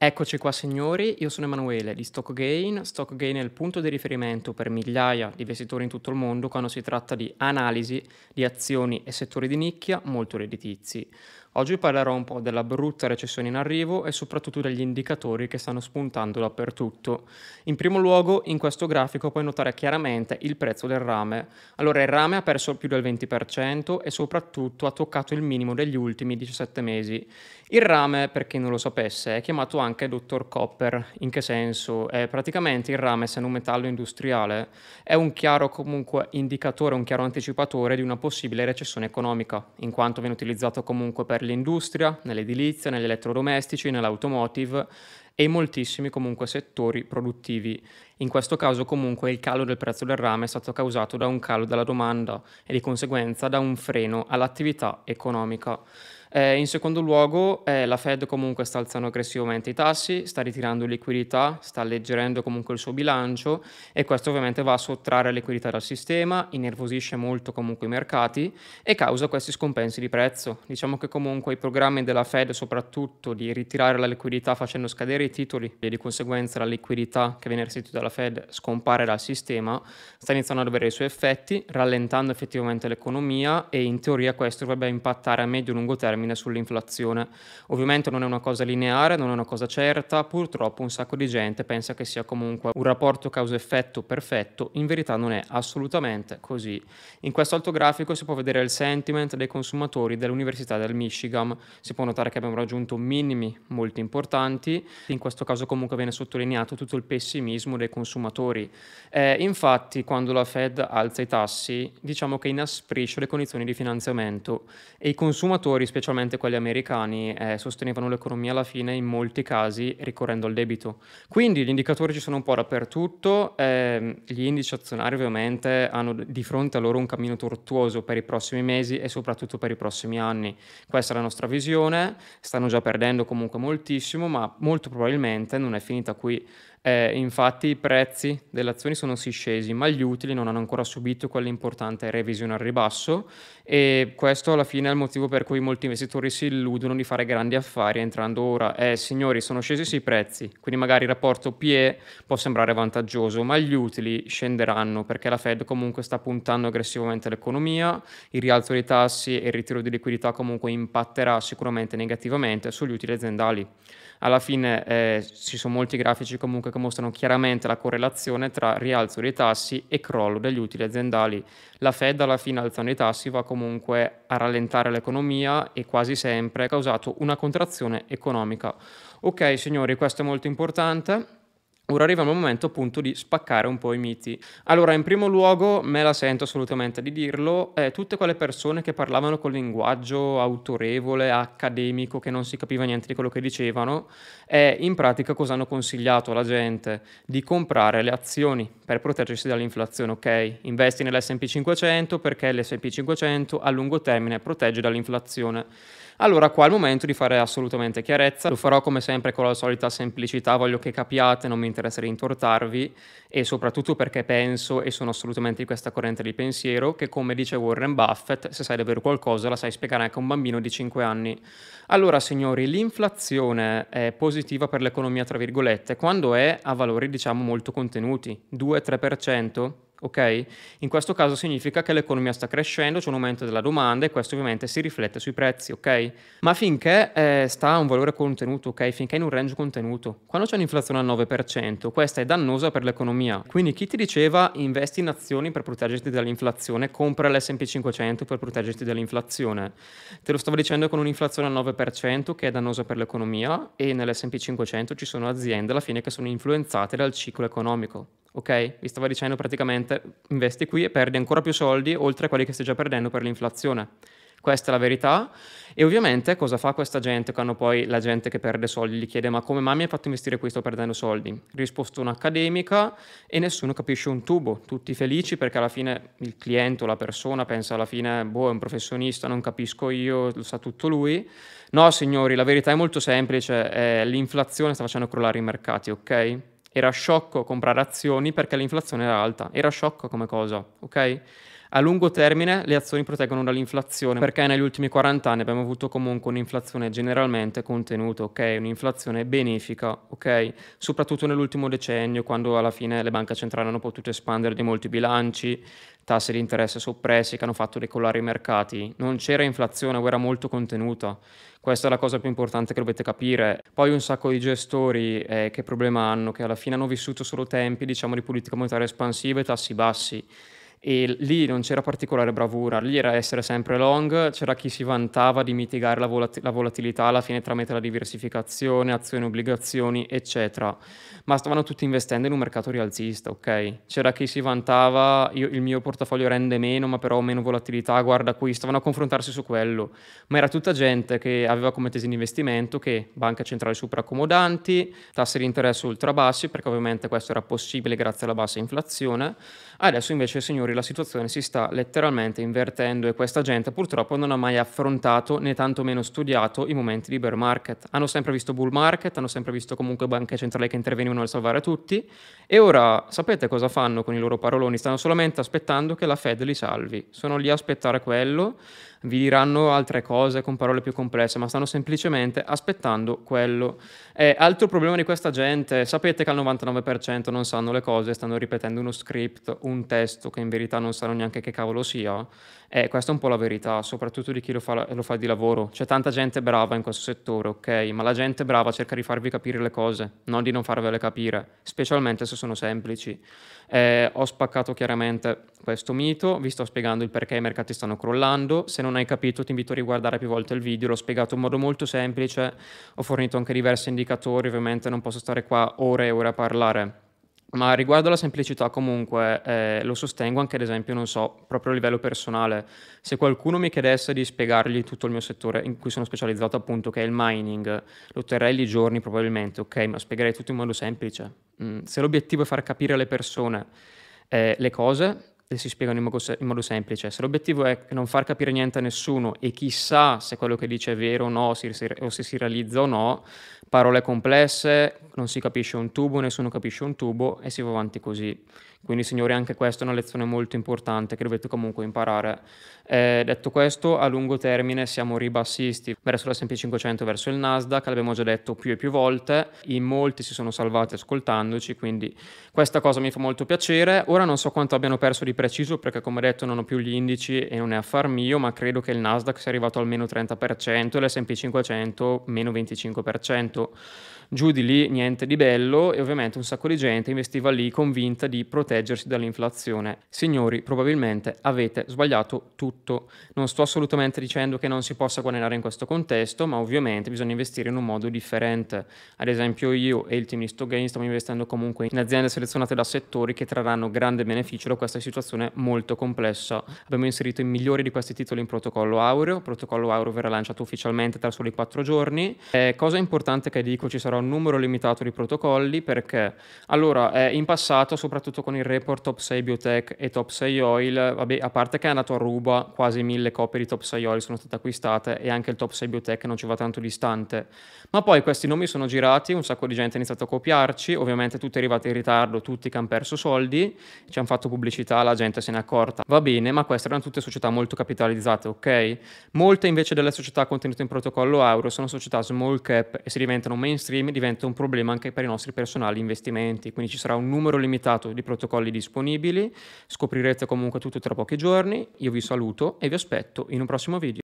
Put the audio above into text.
Eccoci qua signori, io sono Emanuele di StockGain. StockGain è il punto di riferimento per migliaia di investitori in tutto il mondo quando si tratta di analisi di azioni e settori di nicchia molto redditizi. Oggi parlerò un po' della brutta recessione in arrivo e soprattutto degli indicatori che stanno spuntando dappertutto. In primo luogo, in questo grafico puoi notare chiaramente il prezzo del rame. Allora, il rame ha perso più del 20% e soprattutto ha toccato il minimo degli ultimi 17 mesi. Il rame, per chi non lo sapesse, è chiamato anche Dr. Copper. In che senso? Praticamente il rame, essendo un metallo industriale, è un chiaro comunque indicatore, un chiaro anticipatore di una possibile recessione economica, in quanto viene utilizzato comunque per l'industria, nell'edilizia, negli elettrodomestici, nell'automotive e in moltissimi comunque settori produttivi. In questo caso comunque il calo del prezzo del rame è stato causato da un calo della domanda e di conseguenza da un freno all'attività economica. In secondo luogo, la Fed comunque sta alzando aggressivamente i tassi, sta ritirando liquidità, sta alleggerendo comunque il suo bilancio e questo ovviamente va a sottrarre liquidità dal sistema, innervosisce molto comunque i mercati e causa questi scompensi di prezzo. Diciamo che comunque i programmi della Fed, soprattutto di ritirare la liquidità facendo scadere i titoli e di conseguenza la liquidità che viene restituita dalla Fed scompare dal sistema, sta iniziando ad avere i suoi effetti, rallentando effettivamente l'economia e in teoria questo dovrebbe impattare a medio-lungo termine sull'inflazione. Ovviamente non è una cosa lineare, non è una cosa certa, purtroppo un sacco di gente pensa che sia comunque un rapporto causa-effetto perfetto, in verità non è assolutamente così. In questo alto grafico si può vedere il sentiment dei consumatori dell'Università del Michigan, si può notare che abbiamo raggiunto minimi molto importanti, in questo caso comunque viene sottolineato tutto il pessimismo dei consumatori. Infatti quando la Fed alza i tassi diciamo che inasprisce le condizioni di finanziamento e i consumatori, specialmente quelli americani, sostenevano l'economia alla fine in molti casi ricorrendo al debito. Quindi gli indicatori ci sono un po' dappertutto, gli indici azionari ovviamente hanno di fronte a loro un cammino tortuoso per i prossimi mesi e soprattutto per i prossimi anni. Questa è la nostra visione, stanno già perdendo comunque moltissimo, ma molto probabilmente non è finita qui. Infatti i prezzi delle azioni sono sì scesi, ma gli utili non hanno ancora subito quell'importante revisione al ribasso e questo alla fine è il motivo per cui molti investitori si illudono di fare grandi affari entrando ora. Signori, sono scesi sì i prezzi, quindi magari il rapporto PE può sembrare vantaggioso, ma gli utili scenderanno perché la Fed comunque sta puntando aggressivamente l'economia, il rialzo dei tassi e il ritiro di liquidità comunque impatterà sicuramente negativamente sugli utili aziendali. Alla fine ci sono molti grafici comunque che mostrano chiaramente la correlazione tra rialzo dei tassi e crollo degli utili aziendali. La Fed alla fine alzando i tassi va comunque a rallentare l'economia e quasi sempre ha causato una contrazione economica. Ok signori, questo è molto importante. Ora arriviamo al momento appunto di spaccare un po' i miti. Allora, in primo luogo, me la sento assolutamente di dirlo, tutte quelle persone che parlavano con linguaggio autorevole, accademico, che non si capiva niente di quello che dicevano, in pratica cosa hanno consigliato alla gente? Di comprare le azioni per proteggersi dall'inflazione, ok? Investi nell'S&P 500 perché l'S&P 500 a lungo termine protegge dall'inflazione. Allora qua è il momento di fare assolutamente chiarezza, lo farò come sempre con la solita semplicità, voglio che capiate, non mi interessa rintortarvi e soprattutto perché penso e sono assolutamente di questa corrente di pensiero che come dice Warren Buffett, se sai davvero qualcosa la sai spiegare anche a un bambino di 5 anni. Allora signori, l'inflazione è positiva per l'economia tra virgolette quando è a valori diciamo molto contenuti, 2-3%. Ok? In questo caso significa che l'economia sta crescendo, c'è un aumento della domanda e questo ovviamente si riflette sui prezzi, ok? Ma finché sta a un valore contenuto, ok? Finché è in un range contenuto. Quando c'è un'inflazione al 9%, questa è dannosa per l'economia. Quindi chi ti diceva investi in azioni per proteggerti dall'inflazione, compra l'S&P 500 per proteggerti dall'inflazione. Te lo stavo dicendo con un'inflazione al 9% che è dannosa per l'economia e nell'S&P 500 ci sono aziende alla fine che sono influenzate dal ciclo economico. Ok? Vi stavo dicendo praticamente investi qui e perdi ancora più soldi oltre a quelli che stai già perdendo per l'inflazione. Questa è la verità e ovviamente cosa fa questa gente quando poi la gente che perde soldi gli chiede ma come mai mi hai fatto investire qui, sto perdendo soldi? Risposta un'accademica e nessuno capisce un tubo, tutti felici perché alla fine il cliente o la persona pensa alla fine boh è un professionista, non capisco io, lo sa tutto lui. No signori, la verità è molto semplice, l'inflazione sta facendo crollare i mercati, ok? Era sciocco comprare azioni perché l'inflazione era alta, era sciocco come cosa, ok? A lungo termine le azioni proteggono dall'inflazione perché negli ultimi 40 anni abbiamo avuto comunque un'inflazione generalmente contenuta, ok? Un'inflazione benefica, ok? Soprattutto nell'ultimo decennio, quando alla fine le banche centrali hanno potuto espandere di molti bilanci, tassi di interesse soppressi che hanno fatto decollare i mercati. Non c'era inflazione o era molto contenuta. Questa è la cosa più importante che dovete capire. Poi un sacco di gestori che problema hanno? Che alla fine hanno vissuto solo tempi, diciamo, di politica monetaria espansiva e tassi bassi. E lì non c'era particolare bravura, lì era essere sempre long, c'era chi si vantava di mitigare la volatilità alla fine tramite la diversificazione, azioni, obbligazioni, eccetera. Ma stavano tutti investendo in un mercato rialzista, ok? C'era chi si vantava, il mio portafoglio rende meno, ma però ho meno volatilità, guarda qui, stavano a confrontarsi su quello. Ma era tutta gente che aveva come tesi di investimento che banche centrali super accomodanti, tassi di interesse ultra bassi, perché ovviamente questo era possibile grazie alla bassa inflazione. Adesso invece, signori, la situazione si sta letteralmente invertendo e questa gente purtroppo non ha mai affrontato né tantomeno studiato i momenti di bear market. Hanno sempre visto bull market, hanno sempre visto comunque banche centrali che intervenivano a salvare tutti e ora sapete cosa fanno con i loro paroloni? Stanno solamente aspettando che la Fed li salvi. Sono lì a aspettare quello, vi diranno altre cose con parole più complesse, ma stanno semplicemente aspettando quello. Altro problema di questa gente, sapete che al 99% non sanno le cose, stanno ripetendo uno script, un testo che in verità non sanno neanche che cavolo sia. Questa è un po' la verità, soprattutto di chi lo fa di lavoro. C'è tanta gente brava in questo settore, ok? Ma la gente brava cerca di farvi capire le cose, non di non farvele capire, specialmente se sono semplici. Ho spaccato chiaramente questo mito, vi sto spiegando il perché i mercati stanno crollando. Se non hai capito ti invito a riguardare più volte il video, l'ho spiegato in modo molto semplice, ho fornito anche diversi indicatori, ovviamente non posso stare qua ore e ore a parlare. Ma riguardo alla semplicità comunque, lo sostengo anche ad esempio, non so, proprio a livello personale. Se qualcuno mi chiedesse di spiegargli tutto il mio settore in cui sono specializzato appunto, che è il mining, lo terrei lì giorni probabilmente, ok, ma spiegherei tutto in modo semplice. Se l'obiettivo è far capire alle persone le cose, le si spiegano in modo semplice. Se l'obiettivo è non far capire niente a nessuno e chissà se quello che dice è vero o no, o se si realizza o no, parole complesse, non si capisce un tubo, nessuno capisce un tubo e si va avanti così. Quindi signori, anche questa è una lezione molto importante che dovete comunque imparare. Detto questo, a lungo termine siamo ribassisti verso l'S&P 500, verso il Nasdaq, l'abbiamo già detto più e più volte, in molti si sono salvati ascoltandoci, quindi questa cosa mi fa molto piacere. Ora non so quanto abbiano perso di preciso perché come detto non ho più gli indici e non è affar mio, ma credo che il Nasdaq sia arrivato al meno 30% e l'S&P 500 meno 25%. Giù di lì niente di bello e ovviamente un sacco di gente investiva lì convinta di proteggersi dall'inflazione. Signori, probabilmente avete sbagliato tutto. Non sto assolutamente dicendo che non si possa guadagnare in questo contesto, ma ovviamente bisogna investire in un modo differente. Ad esempio io e il team di Stockgain stiamo investendo comunque in aziende selezionate da settori che trarranno grande beneficio da questa situazione molto complessa. Abbiamo inserito i migliori di questi titoli in protocollo aureo. Il protocollo aureo verrà lanciato ufficialmente tra soli 4 giorni. Cosa importante che dico, ci sarà un numero limitato di protocolli perché allora in passato, soprattutto con il report Top 6 Biotech e Top 6 Oil, vabbè, a parte che è andato a ruba, quasi 1000 copie di Top 6 Oil sono state acquistate e anche il Top 6 Biotech non ci va tanto distante, ma poi questi nomi sono girati, un sacco di gente ha iniziato a copiarci, ovviamente tutti arrivati in ritardo, tutti che hanno perso soldi, ci hanno fatto pubblicità, la gente se n'è accorta, va bene, ma queste erano tutte società molto capitalizzate, ok? Molte invece delle società contenute in protocollo euro sono società small cap e se diventano mainstream diventa un problema anche per i nostri personali investimenti, quindi ci sarà un numero limitato di protocolli disponibili, scoprirete comunque tutto tra pochi giorni, io vi saluto e vi aspetto in un prossimo video.